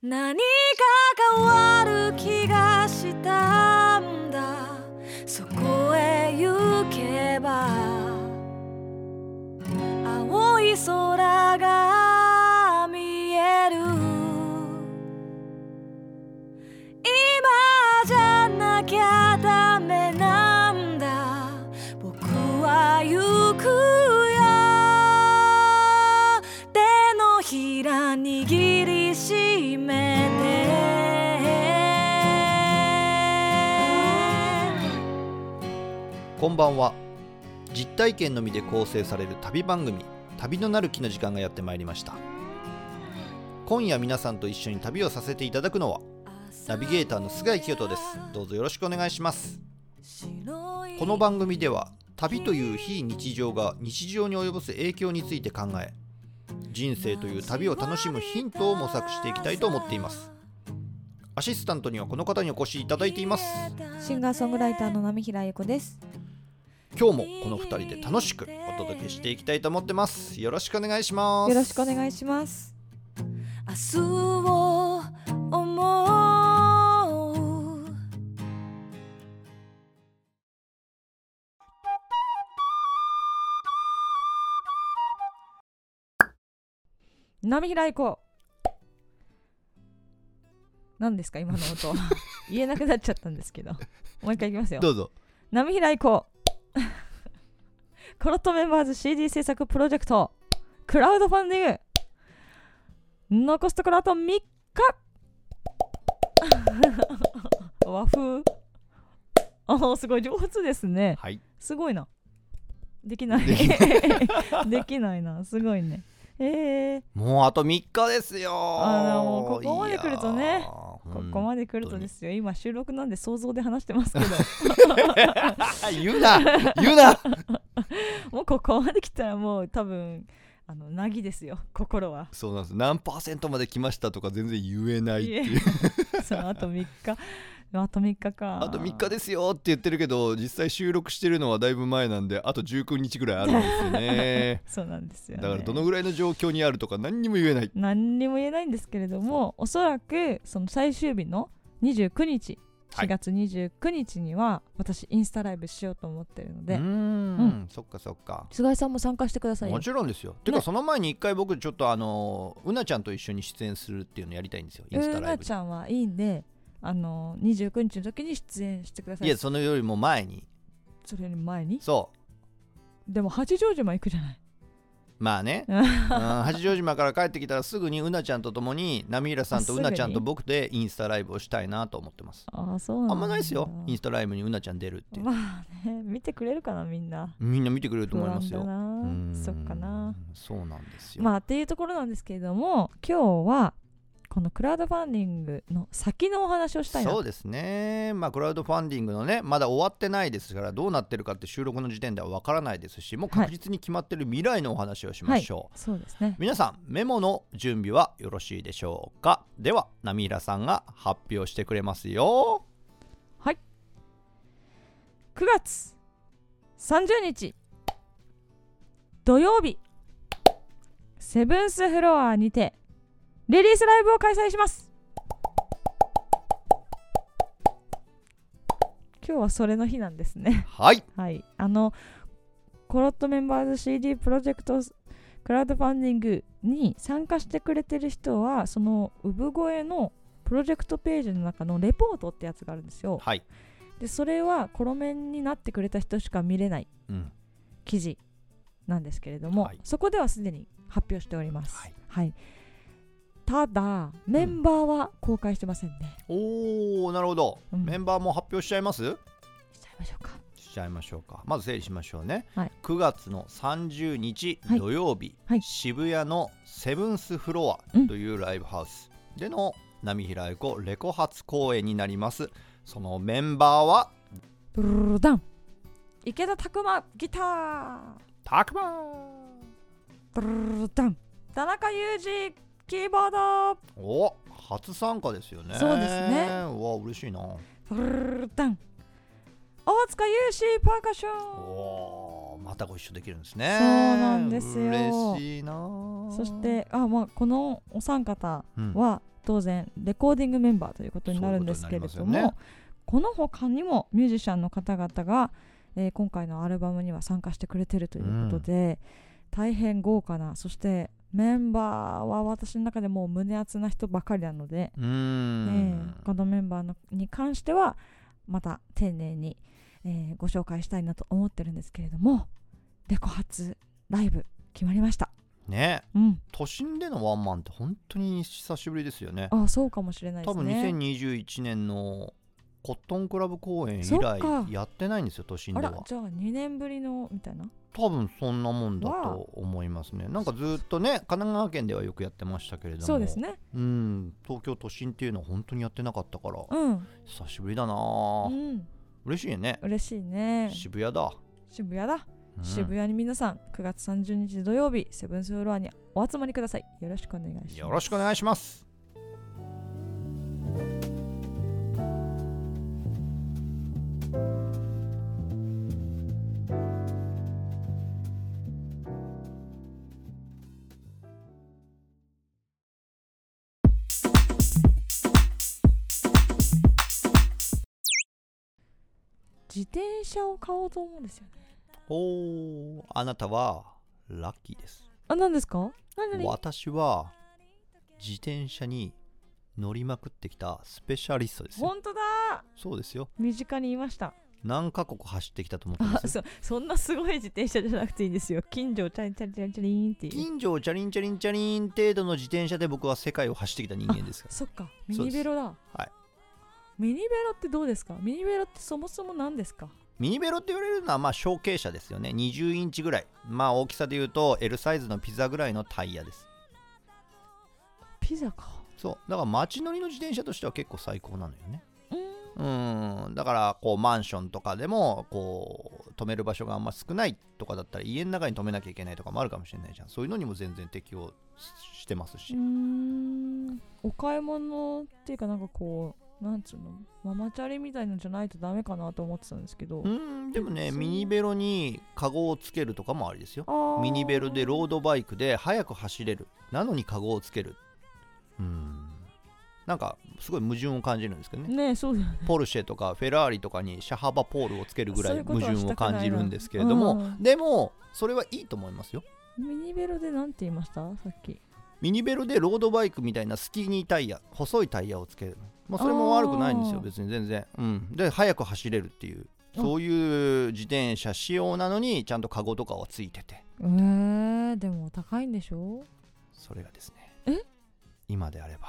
何か変わる気がしたんだ。そこへ行けば青い空が見える。今じゃなきゃダメなんだ。僕は行くよ。手のひら握りしめこんばんは。実体験のみで構成される旅番組、旅のなる木の時間がやってまいりました。今夜皆さんと一緒に旅をさせていただくのはナビゲーターの菅井清人です。どうぞよろしくお願いします。この番組では旅という非日常が日常に及ぼす影響について考え、人生という旅を楽しむヒントを模索していきたいと思っています。アシスタントにはこの方にお越しいただいています。 シンガーソングライターの波平由子です。 今日もこの2人で楽しくお届けしていきたいと思ってます。よろしくお願いします。 よろしくお願いします。 明日を思う。 波平由子。何ですか今の音。言えなくなっちゃったんですけど、もう一回いきますよ。 どうぞ。 波平由子。コロットメンバーズ CD 制作プロジェクトクラウドファンディング、残すところあと3日。和風。すごい上手ですね。 はい。 すごいな。できない。できないな。すごいね。 もうあと3日ですよ。 もうここまで来るとね、ここまで来るとですよ。今収録なんで想像で話してますけど。 言うな。 もうここまで来たらもう多分なぎですよ、心は。 そうなんです。何%まで来ましたとか全然言えないっていう。 そう、あと3日。あと3日か。 あと3日ですよって言ってるけど、実際収録してるのはだいぶ前なんで、あと19日ぐらいあるんですよね。 そうなんですよね。 だからどのぐらいの状況にあるとか何にも言えない。 何にも言えないんですけれども、おそらくその最終日の29日、4月29日には私インスタライブしようと思ってるので、 そっかそっか。 菅井さんも参加してくださいよ。 もちろんですよ。てかその前に一回僕ちょっとうなちゃんと一緒に出演するっていうのやりたいんですよ、インスタライブ。 うなちゃんはいいんで、29日の時に出演してください。 いや、そのよりも前に。 それより前に。 そうでも八丈島行くじゃない。 まあね、八丈島から帰ってきたらすぐにうなちゃんと共に波平さんとうなちゃんと僕でインスタライブをしたいなと思ってます。 そうなんだ。 あんまないですよ、インスタライブにうなちゃん出るっていう。 まあね、見てくれるかな。みんな見てくれると思いますよ。 そっかな。 そうなんですよ。 まあっていうところなんですけれども、今日はこのクラウドファンディングの先のお話をしたいな。 そうですね。クラウドファンディングのね、まだ終わってないですから、どうなってるかって収録の時点ではわからないですし、もう確実に決まってる未来のお話をしましょう。 そうですね。 皆さんメモの準備はよろしいでしょうか。では波平さんが発表してくれますよ。 はい。9月30日土曜日、セブンスフロアにてリリースライブを開催します。今日はそれの日なんですね。 はい、 はい。コロットメンバーズ CD プロジェクトクラウドファンディングに参加してくれてる人は、その産声のプロジェクトページの中のレポートってやつがあるんですよ。 はい。 でそれはコロメンになってくれた人しか見れない記事なんですけれども、そこではすでに発表しております。はい。ただメンバーは公開してませんね。 おー、なるほど。メンバーも発表しちゃいます？ しちゃいましょうか。 まず整理しましょうね。 9 月の30日土曜日、渋谷のセブンスフロアというライブハウスでの波平由子レコ発公演になります。そのメンバーはブルダン池田拓磨ギター、ブルダン田中裕二キーボード。 お、初参加ですよね。 そうですね。 わ、嬉しいな。 ブルダン大塚優志パーカッション。 お、またご一緒できるんですね。 そうなんですよ。 嬉しいな。 そしてこのお三方は、 当然レコーディングメンバーということになるんですけれども、この他にもミュージシャンの方々が、今回のアルバムには参加してくれてるということで、大変豪華な、そしてメンバーは私の中でもう胸熱な人ばかりなので、このメンバーに関してはまた丁寧に、ご紹介したいなと思ってるんですけれども、レコ発ライブ決まりましたね。 都心でのワンマンって本当に久しぶりですよね。 そうかもしれないですね。 多分2021年のコットンクラブ公演以来やってないんですよ、都心では。 じゃあ2年ぶりのみたいな。 多分そんなもんだと思いますね。なんかずっとね、神奈川県ではよくやってましたけれども、 そうですね。 東京都心っていうのは本当にやってなかったから、久しぶりだな、嬉しいね。 嬉しいね。 渋谷だ、 渋谷に皆さん9月30日土曜日セブンスフロアにお集まりください。よろしくお願いします。 よろしくお願いします。 自転車を買おうと思うんですよね。 あなたはラッキーです。 何ですか？ 私は自転車に乗りまくってきたスペシャリストですよ。 本当だ。 そうですよ。 身近にいました。 何カ国走ってきたと思ってます？ そんなすごい自転車じゃなくていいんですよ。近所をチャリンチャリンチャリンチャリンっていう、 近所をチャリンチャリンチャリン程度の自転車で僕は世界を走ってきた人間ですから。 そっか、ミニベロだ。 はい。 ミニベロってどうですか？ミニベロってそもそも何ですか？ ミニベロって言われるのはまあ小径車ですよね。20インチぐらい、まあ大きさで言うと L サイズのピザぐらいのタイヤです。 ピザか。 そうだから街乗りの自転車としては結構最高なのよね。だからこうマンションとかでもこう止める場所があんま少ないとかだったら家の中に止めなきゃいけないとかもあるかもしれないじゃん。そういうのにも全然適用してますし。 お買い物っていうかなんかこうなんつうのママチャリみたいのじゃないとダメかなと思ってたんですけど、 でもねミニベロにカゴをつけるとかもありですよ。ミニベロでロードバイクで速く走れる、なのにカゴをつける。なんかすごい矛盾を感じるんですけどね。 そうだよね。 ポルシェとかフェラーリとかに車幅ポールをつけるぐらい矛盾を感じるんですけれども、でもそれはいいと思いますよ。 ミニベロでなんて言いましたさっき？ ミニベロでロードバイクみたいなスキニータイヤ、細いタイヤをつける、それも悪くないんですよ別に全然、で速く走れるっていうそういう自転車仕様なのにちゃんとカゴとかはついてて、 でも高いんでしょ？ それがですね、今であれば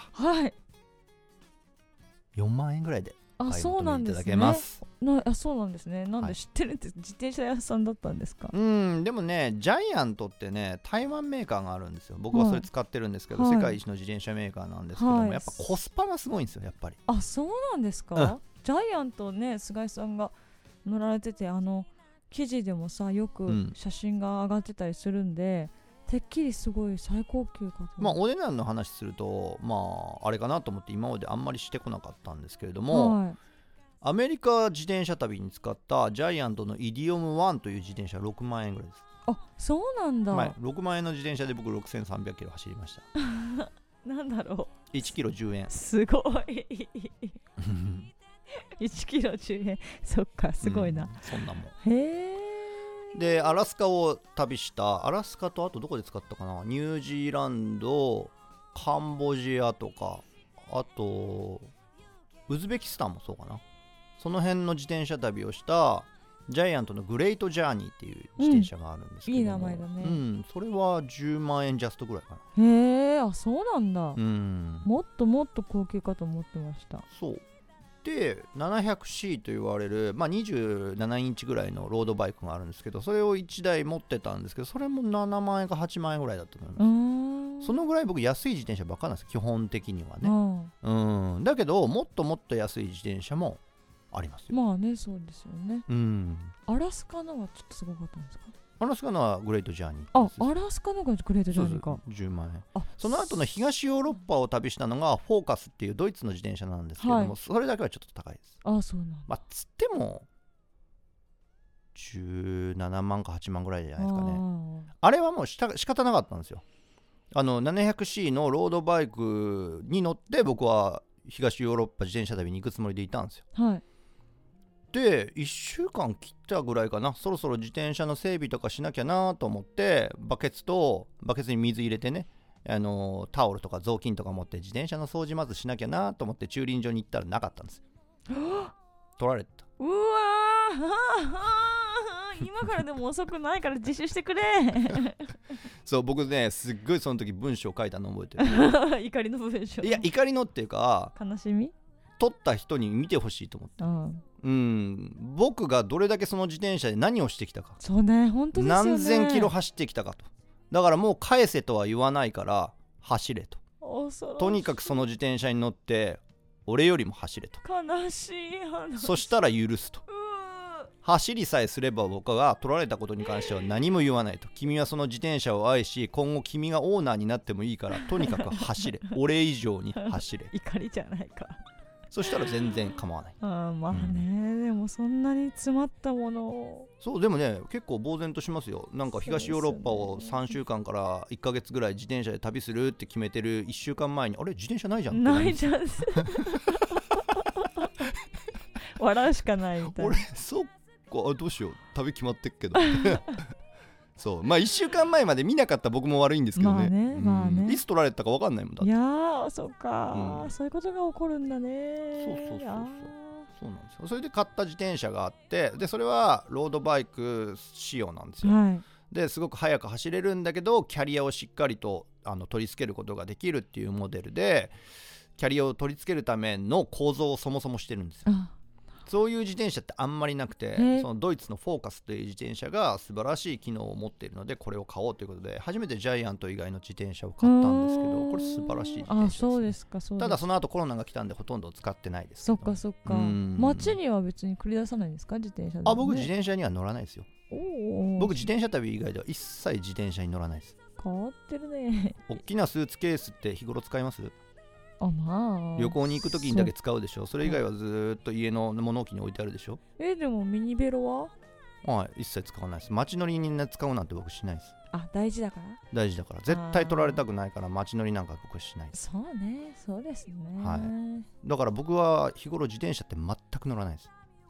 4万円ぐらいで買い求めていただけます。 そうなんですね。なんで知ってるんです、自転車屋さんだったんですか？ でもねジャイアントってね台湾メーカーがあるんですよ。僕はそれ使ってるんですけど、世界一の自転車メーカーなんですけども、やっぱコスパがすごいんですよやっぱり。 そうなんですか？ジャイアントね、菅井さんが乗られてて記事でもさよく写真が上がってたりするんで、てっきりすごい最高級かと。 お値段の話するとあれかなと思って今まであんまりしてこなかったんですけれども、アメリカ自転車旅に使ったジャイアントのイディオム1という自転車6万円ぐらいです。 そうなんだ。 6万円の自転車で僕6300キロ走りました。 なんだろう、 1キロ10円。 すごい1キロ10円。そっか、すごいな、 そんなもん。 へー。でアラスカを旅した、アラスカとあとどこで使ったかな、ニュージーランド、カンボジアとか、あとウズベキスタンもそうかな。その辺の自転車旅をしたジャイアントのグレートジャーニーっていう自転車があるんですけど、 いい名前だね。 それは10万円ジャストぐらいかな。へえ、そうなんだ。もっともっと高級かと思ってました。 そうで 700C と言われる、27インチぐらいのロードバイクがあるんですけど、それを1台持ってたんですけど、それも7万円か8万円ぐらいだったと思います。そのぐらい僕安い自転車ばっかなんです基本的にはね。だけどもっともっと安い自転車もありますよ。 そうですよね。アラスカのはちょっとすごかったんですか？ アラスカのはグレートジャーニー。 アラスカのがグレートジャーニーか。 10万円。その後の東ヨーロッパを旅したのがフォーカスっていうドイツの自転車なんですけども、それだけはちょっと高いです。 そうなんだ。 つっても17万か8万ぐらいじゃないですかね。あれはもう仕方なかったんですよ。 700C のロードバイクに乗って僕は東ヨーロッパ自転車旅に行くつもりでいたんですよ。 はい。 で1週間切ったぐらいかな、そろそろ自転車の整備とかしなきゃなと思ってバケツに水入れてね、タオルとか雑巾とか持って自転車の掃除まずしなきゃなと思って駐輪場に行ったらなかったんです。取られた。 うわー今からでも遅くないから自首してくれそう僕ねすっごいその時文章書いたの覚えてる怒りの文章。 いや怒りのっていうか悲しみ、 取った人に見てほしいと思って、僕がどれだけその自転車で何をしてきたか。 そうね、本当ですよね。 何千キロ走ってきたかと。だからもう返せとは言わないから走れと。とにかくその自転車に乗って俺よりも走れと。 悲しい話。 そしたら許すと。走りさえすれば僕が取られたことに関しては何も言わないと。君はその自転車を愛し今後君がオーナーになってもいいからとにかく走れ俺以上に走れ怒りじゃないか。 そしたら全然構わない。 まあね、でもそんなに詰まったものを。 そうでもね結構呆然としますよ。なんか東ヨーロッパを3週間から1ヶ月ぐらい自転車で旅するって決めてる1週間前にあれ自転車ないじゃんってないじゃん笑うしかないみたいな。 俺そっかどうしよう旅決まってっけどそうまあ1週間前まで見なかった僕も悪いんですけどね。 まあねいつ取られたか分かんないもんだって。 いやーそうか、そういうことが起こるんだね。 そうなんですよ。それで買った自転車があってでそれはロードバイク仕様なんですよ、ですごく速く走れるんだけどキャリアをしっかりと取り付けることができるっていうモデルでキャリアを取り付けるための構造をそもそもしてるんですよ。そういう自転車ってあんまりなくてそのドイツのフォーカスという自転車が素晴らしい機能を持っているのでこれを買おうということで初めてジャイアント以外の自転車を買ったんですけどこれ素晴らしい自転車です、ね、 そうですか。 ただその後コロナが来たんでほとんど使ってないですけど。 そっか街には別に繰り出さないんですか自転車で、ね、 僕自転車には乗らないですよ。僕自転車旅以外では一切自転車に乗らないです。 変わってるね。 大きなスーツケースって日頃使います？ まあ、 旅行に行くときにだけ使うでしょ。それ以外はずっと家の物置に置いてあるでしょ。 でもミニベロは一切使わないです。街乗りに使うなんて僕しないです。 大事だから絶対取られたくないから街乗りなんか僕しないです。 そうね、そうですね、 だから僕は日頃自転車って全く乗らないです。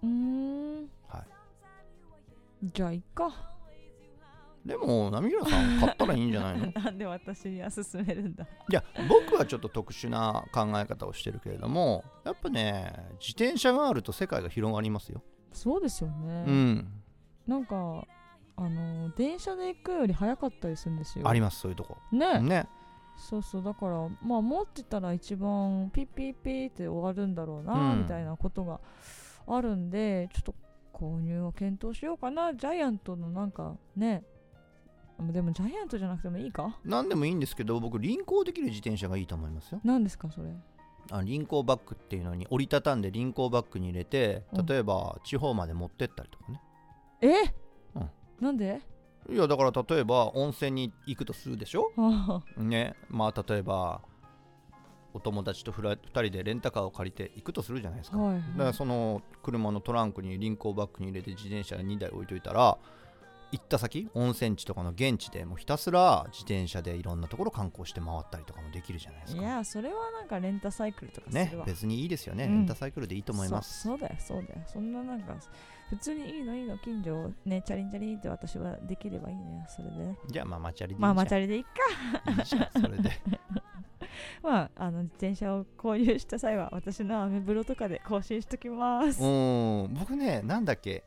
じゃあいっか。 でも波平さん買ったらいいんじゃないのなんで私には勧めるんだ。 いや僕はちょっと特殊な考え方をしてるけれどもやっぱね自転車があると世界が広がりますよ。 そうですよね、なんか電車で行くより早かったりするんですよ。 ありますそういうとこね。そうだからまあ持ってたら一番ピッピッピッって終わるんだろうな、みたいなことがあるんでちょっと購入を検討しようかな。ジャイアントのなんかね、でもジャイアントじゃなくてもいいか。 何でもいいんですけど僕輪行できる自転車がいいと思いますよ。 何ですかそれ。 輪行バッグっていうのに折りたたんで輪行バッグに入れて例えば地方まで持ってったりとかね。 なんで？ いやだから例えば温泉に行くとするでしょね。まあ例えばお友達と2人でレンタカーを借りて行くとするじゃないですか、だからその車のトランクに輪行バッグに入れて自転車2台置いといたら行った先温泉地とかの現地でもうひたすら自転車でいろんなところ観光して回ったりとかもできるじゃないですか。 いやそれはなんかレンタサイクルとかするわね。別にいいですよね、レンタサイクルでいいと思います。 そうだよそんななんか普通にいいの近所をねチャリンチャリンって私はできればいいのよ。それでね。 じゃあマチャリでいいじゃん。 マチャリでいいかいいじゃんそれで自転車を購入した際は私のアメブロとかで更新しときます。 僕ねなんだっけ、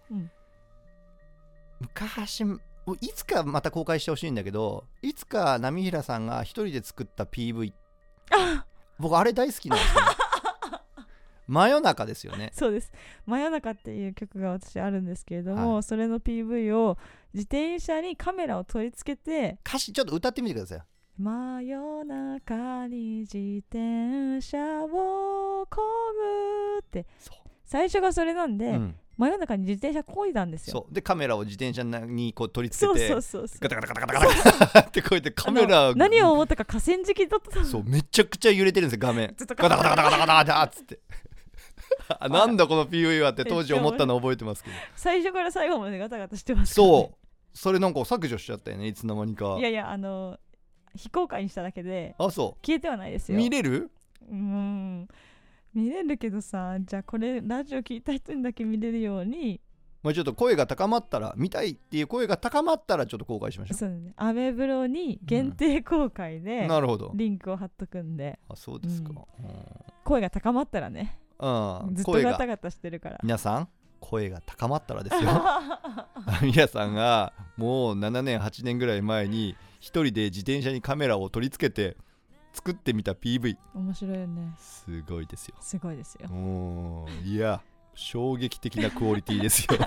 昔いつかまた公開してほしいんだけどいつか波平さんが一人で作った PV 僕あれ大好きなんですよ真夜中ですよね。 そうです。真夜中っていう曲が私あるんですけれども、それの PV を自転車にカメラを取り付けて歌詞ちょっと歌ってみてください。 真夜中に自転車を漕ぐって最初がそれなんで、真夜中に自転車漕いだんですよ。 そうでカメラを自転車にこう取り付けてガタガタガタガタガタってこうやってカメラ何を思ったか河川敷だったそうめちゃくちゃ揺れてるんですよ画面ガタガタガタガタガタガタっつってなんだこの PV はって当時思ったの覚えてますけど最初から最後までガタガタしてますから、ね、それなんか削除しちゃったよねいつの間にか。 いや非公開にしただけであ、そう消えてはないですよ。 見れる？ 見れるけどさ、じゃあこれラジオ聞いた人にだけ見れるように、 まあ、ちょっと声が高まったら、見たいっていう声が高まったらちょっと公開しましょう。 そうね、アメブロに限定公開で、 なるほど、 リンクを貼っとくんで。 あ、そうですか、 声が高まったらね、ずっとガタガタしてるから。 皆さん声が高まったらですよ皆さんがもう7年8年ぐらい前に一人で自転車にカメラを取り付けて作ってみた PV、 面白いよね。 すごいですよ。 すごいですよ。 いや衝撃的なクオリティですよ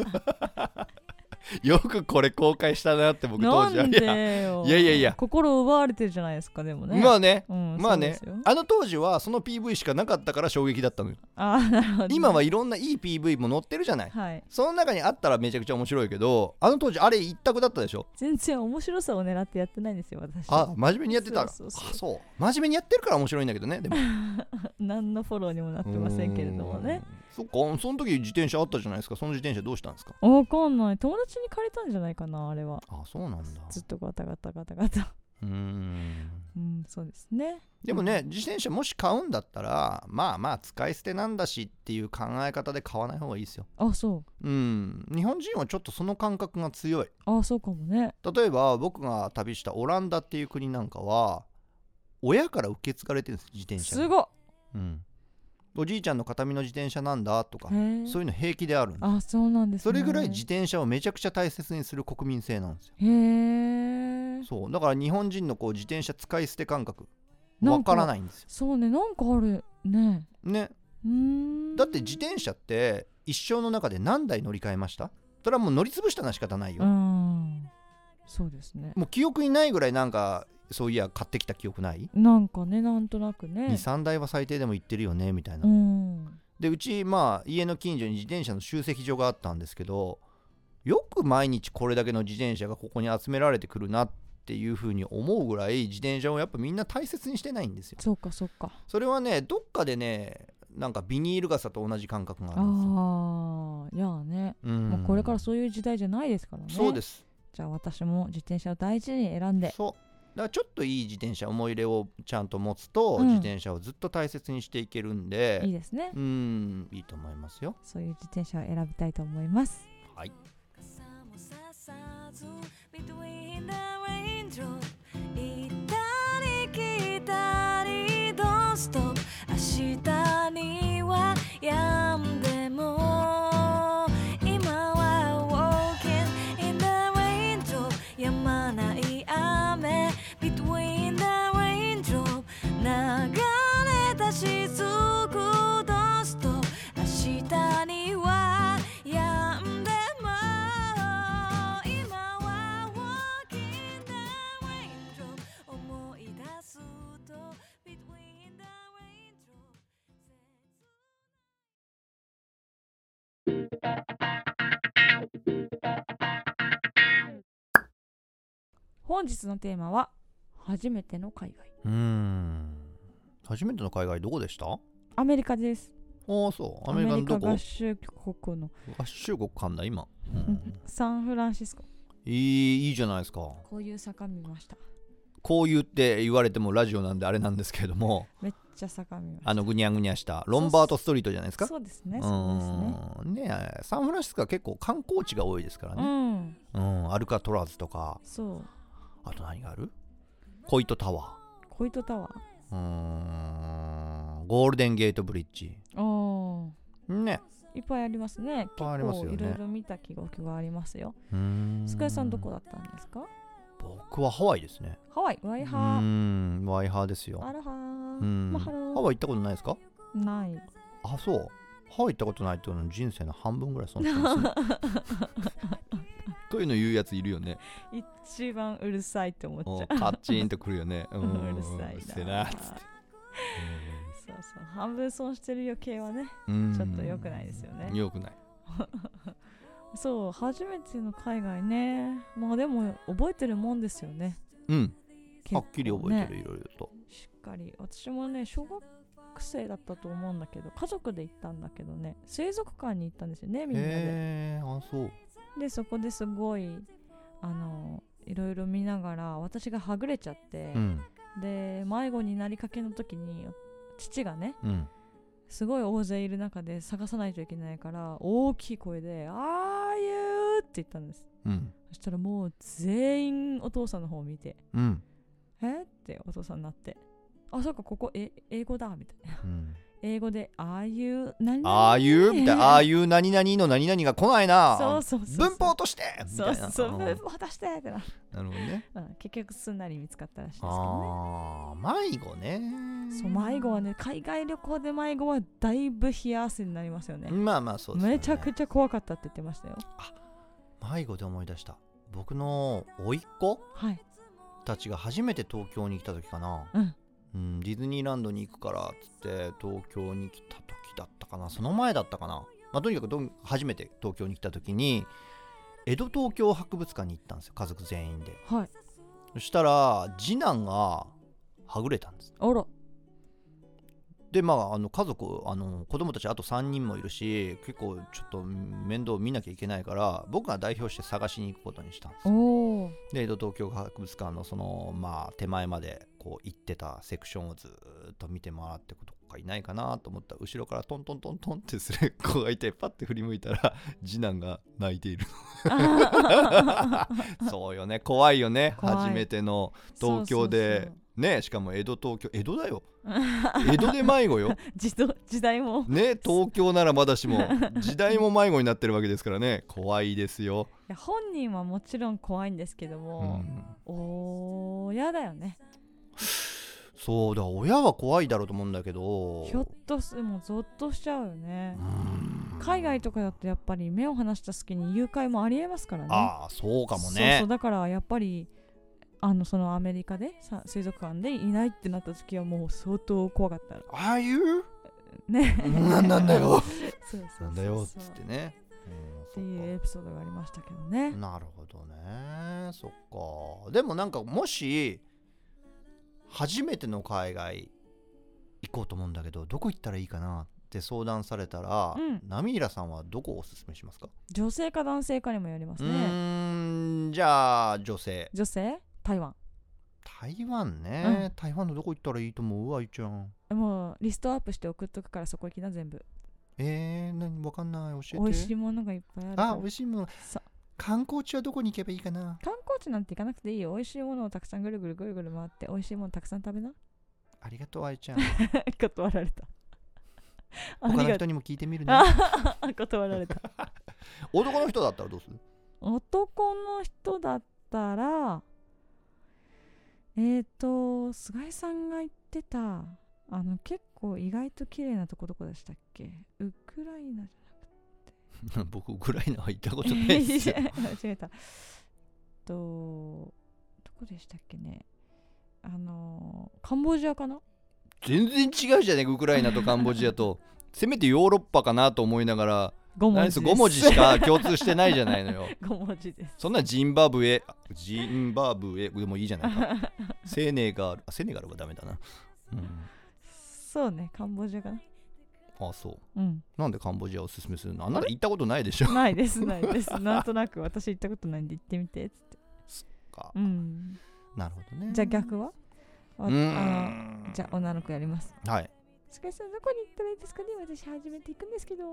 よくこれ公開したなって僕当時は。 なんでよ。 いや心奪われてるじゃないですか。でもね、 まあね、 まあね、 あの当時はその PV しかなかったから衝撃だったのよ。 なるほど、ね、 今はいろんないい PV も載ってるじゃない、 はい、その中にあったらめちゃくちゃ面白いけど、あの当時あれ一択だったでしょ。 全然面白さを狙ってやってないんですよ私。 真面目にやってたら。そう真面目にやってるから面白いんだけどね。でも何のフォローにもなってませんけれどもね。 そっか、その時自転車あったじゃないですか。その自転車どうしたんですか？ わかんない。友達に借りたんじゃないかな、あれは。 あ、そうなんだ。 ずっとガタガタそうですね。 でもね、自転車もし買うんだったらまあ使い捨てなんだしっていう考え方で買わない方がいいですよ。 あ、そう。 日本人はちょっとその感覚が強い。 あ、そうかもね。 例えば僕が旅したオランダっていう国なんかは親から受け継がれてるんです、自転車。 すごっ。 おじいちゃんの形見の自転車なんだとか、そういうの平気であるんです。 あ、そうなんですね。 それぐらい自転車をめちゃくちゃ大切にする国民性なんですよ。そうだから日本人のこう自転車使い捨て感覚わからないんですよ。 そうね、なんかあるね。 だって自転車って一生の中で何台乗り換えました？それはもう乗り潰したのは仕方ないよ。 そうですね。 もう記憶にないぐらいなんかそういや買ってきた記憶ない？ なんかね、なんとなくね 2,3 台は最低でも行ってるよねみたいな。でうち家の近所に自転車の集積所があったんですけど、よく毎日これだけの自転車がここに集められてくるなっていう風に思うぐらい自転車をやっぱみんな大切にしてないんですよ。 そうかそうか。 それはね、どっかでね、なんかビニール傘と同じ感覚があるんですよ。いやね、もうこれからそういう時代じゃないですからね。 そうです。 じゃあ私も自転車を大事に選んで。 そうだからちょっといい自転車、思い入れをちゃんと持つと、自転車をずっと大切にしていけるんで、 いいですね。 いいと思いますよ。 そういう自転車を選びたいと思います。 はい。 本日のテーマは初めての海外。 初めての海外どこでした？ アメリカです。 ああ、そう。アメリカのどこ？ 合衆国の。 合衆国かんだ今。 サンフランシスコ。 いいじゃないですか。 こういう坂見ました。 こういうって言われてもラジオなんであれなんですけれども、 めっちゃ坂見ました。 ぐにゃぐにゃしたロンバートストリートじゃないですか。 そうですね。そうですね。サンフランシスコは結構観光地が多いですからね。アルカトラズとか。 そう。 あと何がある？コイトタワー。 コイトタワー。ゴールデンゲートブリッジ。ね。 いっぱいありますね。 いっぱいありますよね。 結構いろいろ見た記憶がありますよ。スカイさんどこだったんですか？ 僕はハワイですね。 ハワイ、ワイハー。 ワイハーですよ。 アロハー。 ハワイ行ったことないですか？ ない。 あ、そう。ハワイ行ったことないっていうのは人生の半分ぐらい損してますね。というの言うやついるよね。 一番うるさいって思っちゃう。 カッチンとくるよね。 うるさいな。そうそう。半分損してる余計はね、ちょっと良くないですよね。 良くない。 そう、初めての海外ね。まあでも覚えてるもんですよね。 はっきり覚えてる、いろいろと。 しっかり。私もね、小学生だったと思うんだけど、家族で行ったんだけどね、水族館に行ったんですよね、みんなで。 あ、そう。 でそこですごいいろいろ見ながら私がはぐれちゃって、で迷子になりかけの時に父がね、すごい大勢いる中で探さないといけないから大きい声で「あーゆー」って言ったんです、そしたらもう全員お父さんの方を見て「えってお父さんになって、あ、そうか、ここ英語だみたいな、英語でああいう何々 ああいうみたいな、ああいう何々の何々が来ないな、文法としてみたいな、 そう文法としてってなるほどね、 結局すんなり見つかったらしいですけどね。 迷子ね。 そう、迷子はね、海外旅行で迷子はだいぶ冷や汗になりますよね。 まあまあそうですね。 めちゃくちゃ怖かったって言ってましたよ。 迷子で思い出した。僕の甥っ子、たちが初めて東京に来た時かな、ディズニーランドに行くからっつって東京に来た時だったかな、その前だったかな、とにかく初めて東京に来た時に江戸東京博物館に行ったんですよ、家族全員で。そしたら次男がはぐれたんです。 あら。 で家族子供たちあと3人もいるし、結構ちょっと面倒見なきゃいけないから僕が代表して探しに行くことにしたんですよ。で江戸東京博物館のその手前までこう行ってたセクションをずっと見て回ってどこかいないかなと思ったら、後ろからトントントントンってする子がいて、パッて振り向いたら次男が泣いているそうよね、怖いよね、初めての東京でね、しかも江戸だよ江戸で迷子よ時代もね、東京ならまだしも時代も迷子になってるわけですからね、怖いですよ。 いや本人はもちろん怖いんですけども、親だよね。 そうだ、親は怖いだろうと思うんだけど、 ひょっとするもうゾッとしちゃうよね。海外とかだとやっぱり目を離した隙に誘拐もありえますからね。 そうかもね。 そうだからやっぱりそのアメリカで水族館でいないってなった時はもう相当怖かった。 ああいうねなんだよそうなんだよっつってね、 っていうエピソードがありましたけどね。 なるほどね。そっか。でもなんかもし初めての海外行こうと思うんだけどどこ行ったらいいかなって相談されたら、ナミーラさんはどこをおすすめしますか？ 女性か男性かにもよりますね。 じゃあ女性。台湾ね、台湾のどこ行ったらいいと思う？あいちゃん。 もうリストアップして送っとくからそこ行きな、全部。 何わかんない、教えて。 美味しいものがいっぱいあるから。 美味しいもの。観光地はどこに行けばいいかな？ 観光地なんて行かなくていいよ。美味しいものをたくさんぐるぐる回って美味しいものたくさん食べな。ありがとう、あいちゃん。 断られた。 他の人にも聞いてみるね。 断られた。 男の人だったらどうする？ 男の人だったら菅井さんが言ってた結構意外と綺麗なとこどこでしたっけ？ウクライナじゃなくて僕ウクライナは行ったことないですよ間違えた。どこでしたっけね。カンボジアかな。 全然違うじゃねえか、ウクライナとカンボジアとせめてヨーロッパかなと思いながら 5文字です。 5文字しか共通してないじゃないのよ 5文字です。 そんなジンバブエでもいいじゃないかセネガルはダメだな、 そうね、カンボジアかな。 そう、なんでカンボジアをおすすめするの？あなた行ったことないでしょ？ ないですなんとなく私行ったことないんで行ってみてっつって。 そっか、なるほどね。 じゃあ逆は？じゃあ女の子やります。 はい。 菅井さんどこに行ったらいいですかね？私初めて行くんですけど。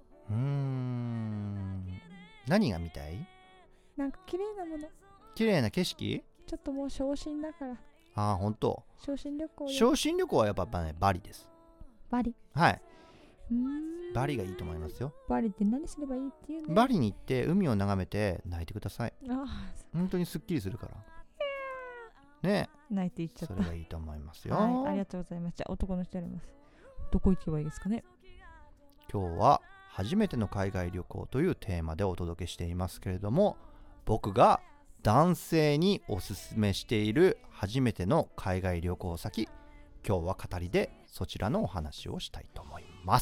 何が見たい？ なんか綺麗なもの。 綺麗な景色？ ちょっともう昇進だから。 本当。 昇進旅行。 昇進旅行はやっぱね、バリです。 バリ。 はい。バリがいいと思いますよ。 バリって何すればいいっていうの？ バリに行って海を眺めて泣いてください。本当にすっきりするから。ね、 泣いていっちゃった。 それがいいと思いますよ。 ありがとうございます。じゃあ男の人やります。どこ行けばいいですかね？ 今日は初めての海外旅行というテーマでお届けしていますけれども、僕が男性におすすめしている初めての海外旅行先、今日は語りでそちらのお話をしたいと思います。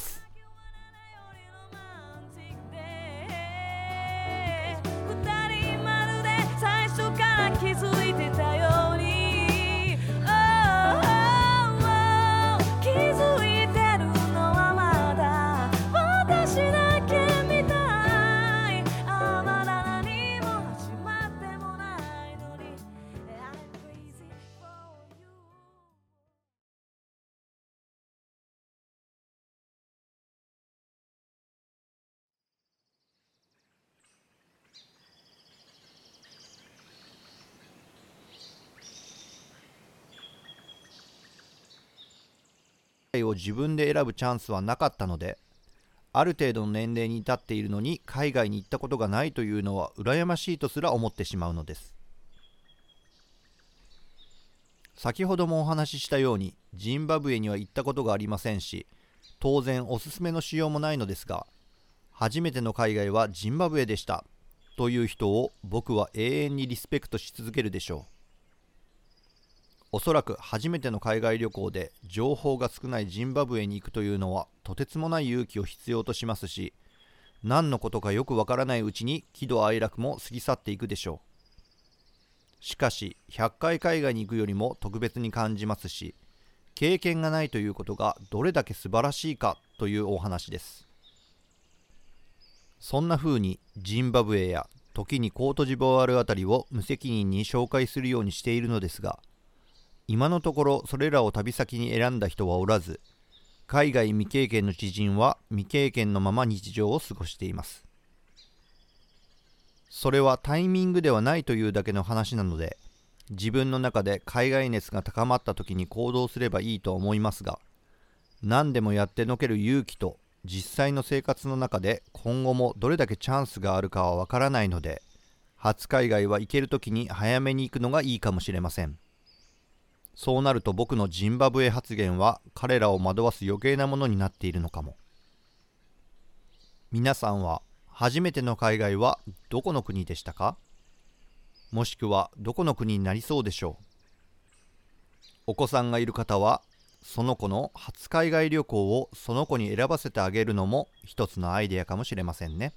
気づいてたように、気づいてるのはまだ私だけみたい。まだ何も始まってもないのにを自分で選ぶチャンスはなかったので、ある程度の年齢に至っているのに海外に行ったことがないというのは羨ましいとすら思ってしまうのです。先ほどもお話ししたようにジンバブエには行ったことがありませんし、当然おすすめのしようもないのですが、初めての海外はジンバブエでしたという人を僕は永遠にリスペクトし続けるでしょう。おそらく初めての海外旅行で情報が少ないジンバブエに行くというのはとてつもない勇気を必要としますし、何のことかよくわからないうちに喜怒哀楽も過ぎ去っていくでしょう。しかし100回海外に行くよりも特別に感じますし、経験がないということがどれだけ素晴らしいかというお話です。そんな風にジンバブエや時にコートジボワールあたりを無責任に紹介するようにしているのですが、今のところそれらを旅先に選んだ人はおらず、海外未経験の知人は未経験のまま日常を過ごしています。それはタイミングではないというだけの話なので、自分の中で海外熱が高まった時に行動すればいいと思いますが、何でもやってのける勇気と実際の生活の中で今後もどれだけチャンスがあるかはわからないので、初海外は行ける時に早めに行くのがいいかもしれません。そうなると僕のジンバブエ発言は彼らを惑わす余計なものになっているのかも。皆さんは初めての海外はどこの国でしたか？もしくはどこの国になりそうでしょう。お子さんがいる方はその子の初海外旅行をその子に選ばせてあげるのも一つのアイデアかもしれませんね。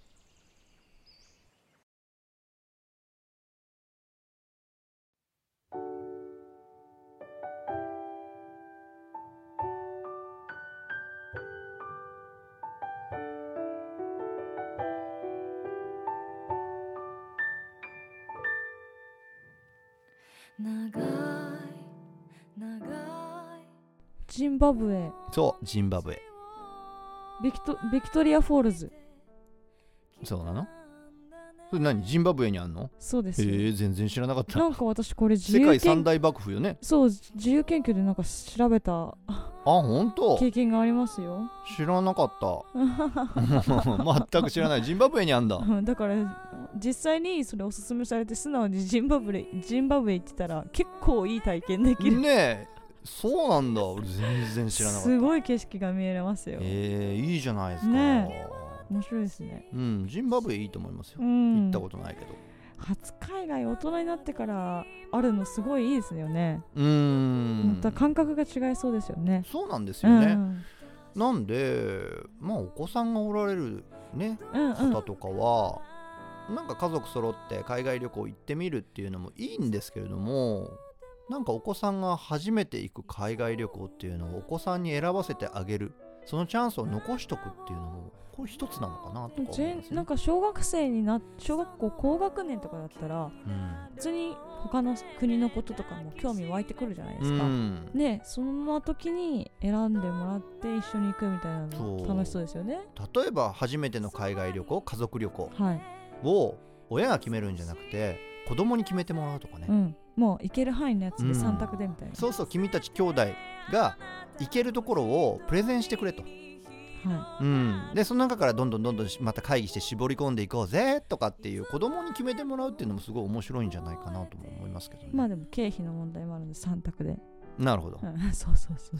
ジンバブエ。 そう、ジンバブエ。 ビクトリアフォールズ。 そうなの？それ何？ジンバブエにあんの？ そうです。 全然知らなかった。 なんか私これ世界三大幕府よね。 そう、自由研究でなんか調べた本当？ 経験がありますよ。 知らなかった全く知らない。ジンバブエにあんだだから実際にそれおすすめされて素直にジンバブエ行ってたら結構いい体験できるねえ。そうなんだ。俺全然知らなかった。 すごい景色が見えますよ。 いいじゃないですかね。面白いですね。 ジンバブエいいと思いますよ。行ったことないけど。 初海外大人になってからあるのすごいいいですよね。 また感覚が違いそうですよね。 そうなんですよね。なんでお子さんがおられるね、方とかはなんか家族揃って海外旅行行ってみるっていうのもいいんですけれども、なんかお子さんが初めて行く海外旅行っていうのをお子さんに選ばせてあげる、そのチャンスを残しとくっていうのもこれ一つなのかなとか思いますね。 なんか小学校高学年とかだったら、普通に他の国のこととかも興味湧いてくるじゃないですか。ね、そんな時に選んでもらって一緒に行くみたいなの楽しそうですよね。 例えば初めての海外旅行、家族旅行を親が決めるんじゃなくて子供に決めてもらうとかね。 もう行ける範囲のやつで3択でみたいな。 そうそう、君たち兄弟が行けるところをプレゼンしてくれと。でその中からどんどんまた会議して絞り込んでいこうぜとかっていう子供に決めてもらうっていうのもすごい面白いんじゃないかなとも思いますけどね。 でも経費の問題もあるので3択で。 なるほど。 そう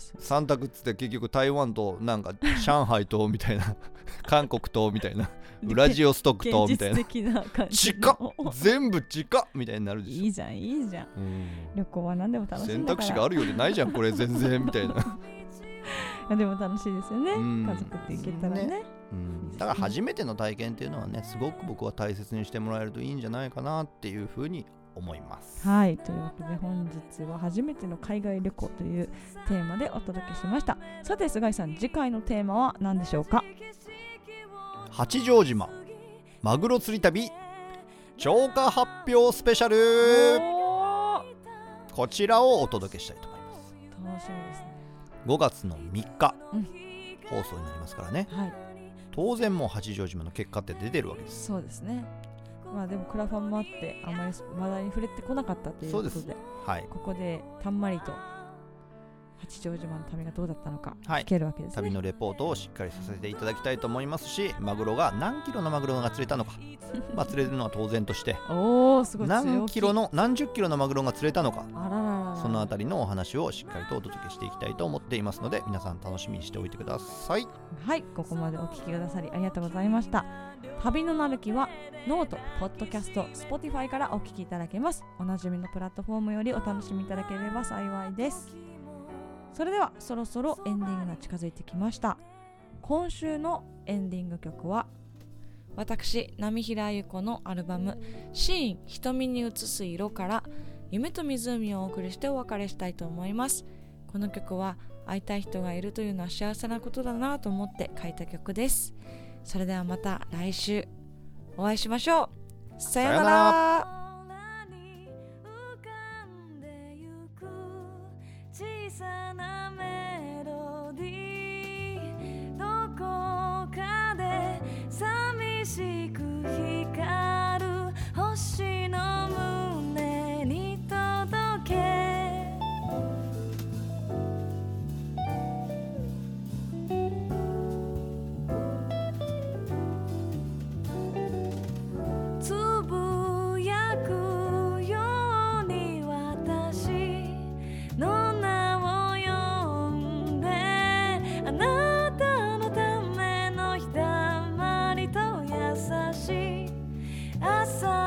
3択っつって結局台湾となんか上海とみたいな韓国とみたいなウラジオストックとみたいな現実的な感じ近っ全部近っみたいになるでしょ。 いいじゃん、旅行は何でも楽しいんだから。 選択肢があるようでないじゃんこれ全然みたいなでも楽しいですよね、家族って行けたらね。 だから初めての体験っていうのはね、すごく僕は大切にしてもらえるといいんじゃないかなっていうふうに思います。 はい、というわけで本日は初めての海外旅行というテーマでお届けしました。さて菅井さん、次回のテーマは何でしょうか？ 八丈島マグロ釣り旅超過発表スペシャル、こちらをお届けしたいと思います。 楽しみですね。 5月の3日、放送になりますからね、当然もう八丈島の結果って出てるわけです。 そうですね。でもクラファンもあってあまり話題に触れてこなかったということで、ここでたんまりと八丈島の旅がどうだったのかはい、 聞けるわけですね。 旅のレポートをしっかりさせていただきたいと思いますし、マグロが何キロのマグロが釣れたのかまあ釣れるのは当然としておーすごい何十キロのマグロが釣れたのか、 あららら、 そのあたりのお話をしっかりとお届けしていきたいと思っていますので、皆さん楽しみにしておいてください。 はい、ここまでお聞きくださりありがとうございました。旅のなるきはノート、ポッドキャスト、Spotify からお聞きいただけます。おなじみのプラットフォームよりお楽しみいただければ幸いです。それではそろそろエンディングが近づいてきました。今週のエンディング曲は私波平由子のアルバムシーン瞳に映す色から夢と湖をお送りしてお別れしたいと思います。この曲は会いたい人がいるというのは幸せなことだなと思って書いた曲です。それではまた来週お会いしましょう。さようなら。 小さなメロディー、どこかで寂しく光る星の胸に届け、つぶやくように私の名を呼んで、あなたのためのひだまりと優しい朝